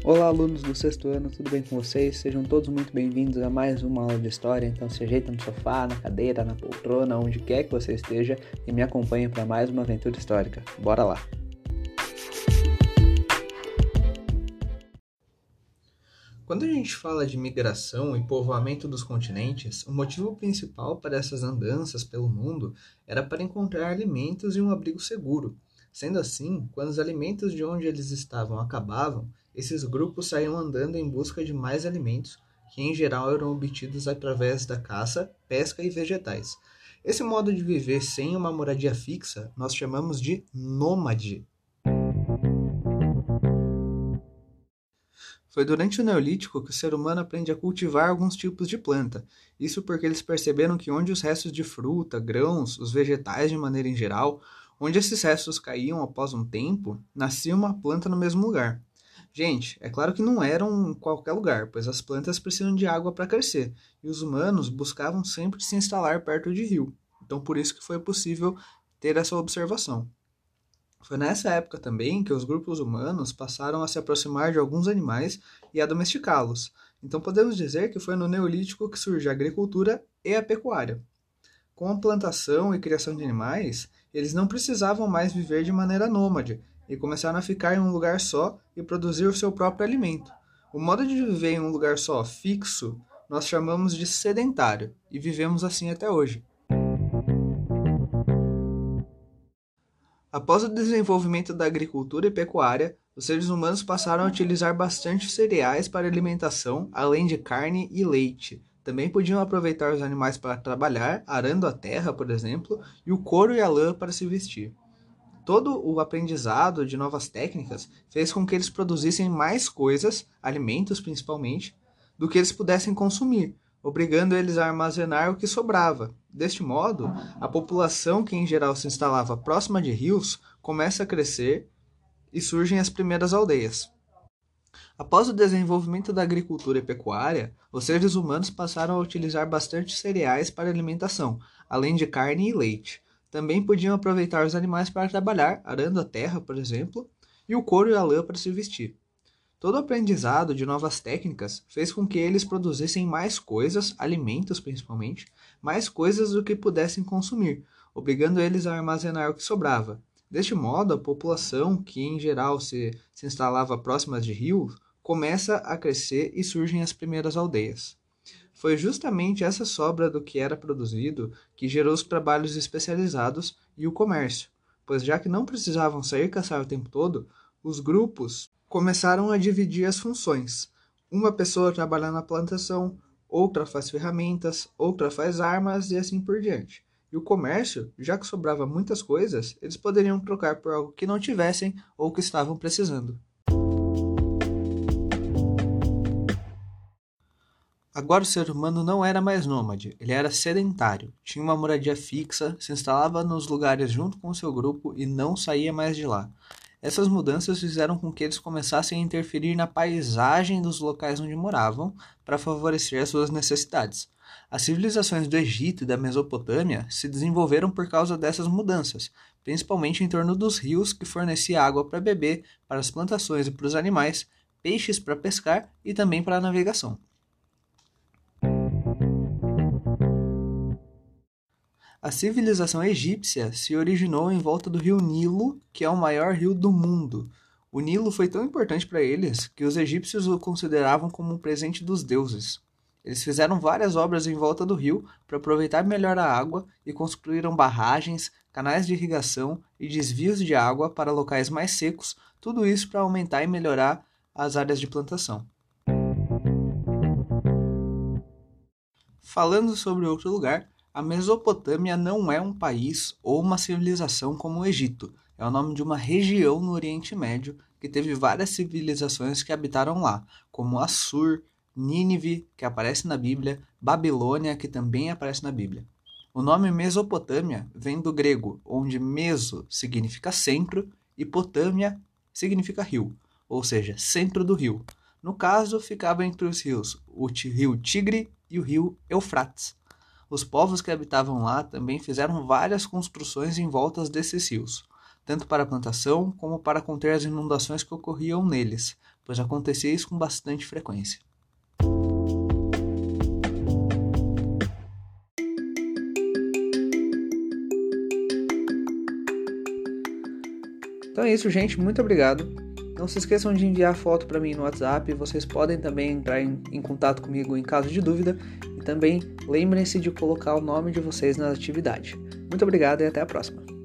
Olá, alunos do sexto ano, tudo bem com vocês? Sejam todos muito bem-vindos a mais uma aula de história. Então se ajeita no sofá, na cadeira, na poltrona, onde quer que você esteja e me acompanhe para mais uma aventura histórica. Bora lá! Quando a gente fala de migração e povoamento dos continentes, o motivo principal para essas andanças pelo mundo era para encontrar alimentos e um abrigo seguro. Sendo assim, quando os alimentos de onde eles estavam acabavam, esses grupos saíam andando em busca de mais alimentos, que em geral eram obtidos através da caça, pesca e vegetais. Esse modo de viver sem uma moradia fixa nós chamamos de nômade. Foi durante o Neolítico que o ser humano aprende a cultivar alguns tipos de planta. Isso porque eles perceberam que onde os restos de fruta, grãos, os vegetais de maneira em geral, onde esses restos caíam após um tempo, nascia uma planta no mesmo lugar. Gente, é claro que não eram em qualquer lugar, pois as plantas precisam de água para crescer, e os humanos buscavam sempre se instalar perto de rio. Então por isso que foi possível ter essa observação. Foi nessa época também que os grupos humanos passaram a se aproximar de alguns animais e a domesticá-los. Então podemos dizer que foi no Neolítico que surge a agricultura e a pecuária. Com a plantação e criação de animais, eles não precisavam mais viver de maneira nômade e começaram a ficar em um lugar só e produzir o seu próprio alimento. O modo de viver em um lugar só, fixo, nós chamamos de sedentário e vivemos assim até hoje. Após o desenvolvimento da agricultura e pecuária, os seres humanos passaram a utilizar bastante cereais para alimentação, além de carne e leite. Também podiam aproveitar os animais para trabalhar, arando a terra, por exemplo, e o couro e a lã para se vestir. Todo o aprendizado de novas técnicas fez com que eles produzissem mais coisas, alimentos principalmente, do que eles pudessem consumir, obrigando eles a armazenar o que sobrava. Deste modo, a população, que em geral se instalava próxima de rios, começa a crescer e surgem as primeiras aldeias. Após o desenvolvimento da agricultura e pecuária, os seres humanos passaram a utilizar bastante cereais para alimentação, além de carne e leite. Também podiam aproveitar os animais para trabalhar, arando a terra, por exemplo, e o couro e a lã para se vestir. Todo o aprendizado de novas técnicas fez com que eles produzissem mais coisas, alimentos principalmente, mais coisas do que pudessem consumir, obrigando eles a armazenar o que sobrava. Deste modo, a população, que em geral se instalava próxima de rios, começa a crescer e surgem as primeiras aldeias. Foi justamente essa sobra do que era produzido que gerou os trabalhos especializados e o comércio, pois já que não precisavam sair caçar o tempo todo, os grupos começaram a dividir as funções. Uma pessoa trabalha na plantação, outra faz ferramentas, outra faz armas e assim por diante. E o comércio, já que sobrava muitas coisas, eles poderiam trocar por algo que não tivessem ou que estavam precisando. Agora o ser humano não era mais nômade, ele era sedentário, tinha uma moradia fixa, se instalava nos lugares junto com o seu grupo e não saía mais de lá. Essas mudanças fizeram com que eles começassem a interferir na paisagem dos locais onde moravam para favorecer as suas necessidades. As civilizações do Egito e da Mesopotâmia se desenvolveram por causa dessas mudanças, principalmente em torno dos rios que forneciam água para beber, para as plantações e para os animais, peixes para pescar e também para a navegação. A civilização egípcia se originou em volta do rio Nilo, que é o maior rio do mundo. O Nilo foi tão importante para eles que os egípcios o consideravam como um presente dos deuses. Eles fizeram várias obras em volta do rio para aproveitar melhor a água e construíram barragens, canais de irrigação e desvios de água para locais mais secos, tudo isso para aumentar e melhorar as áreas de plantação. Falando sobre outro lugar, a Mesopotâmia não é um país ou uma civilização como o Egito. É o nome de uma região no Oriente Médio que teve várias civilizações que habitaram lá, como Assur, Nínive, que aparece na Bíblia, Babilônia, que também aparece na Bíblia. O nome Mesopotâmia vem do grego, onde meso significa centro e potâmia significa rio, ou seja, centro do rio. No caso, ficava entre os rios, o rio Tigre e o rio Eufrates. Os povos que habitavam lá também fizeram várias construções em volta desses rios, tanto para a plantação como para conter as inundações que ocorriam neles, pois acontecia isso com bastante frequência. Então é isso, gente. Muito obrigado. Não se esqueçam de enviar foto para mim no WhatsApp. Vocês podem também entrar em contato comigo em caso de dúvida. E também lembrem-se de colocar o nome de vocês na atividade. Muito obrigado e até a próxima.